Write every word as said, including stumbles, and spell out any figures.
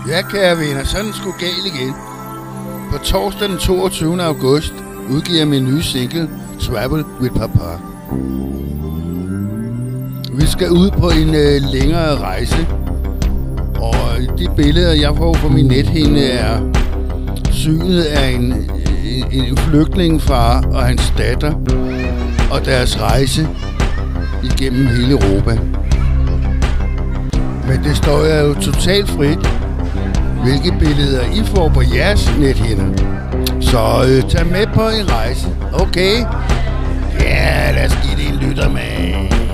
Ja, kære venner, så er den sgu galt igen. På torsdag den toogtyvende august udgiver jeg min nye single, Travel with Papa. Vi skal ud på en øh, længere rejse, og de billeder, jeg får på min nethinde, er synet af en, en, en flygtningefar og hans datter, og deres rejse igennem hele Europa. Men det står jeg jo totalt frit, hvilke billeder I får på jeres nethinder. Så øh, tag med på en rejse, okay? Ja, lad os give det en lytter med.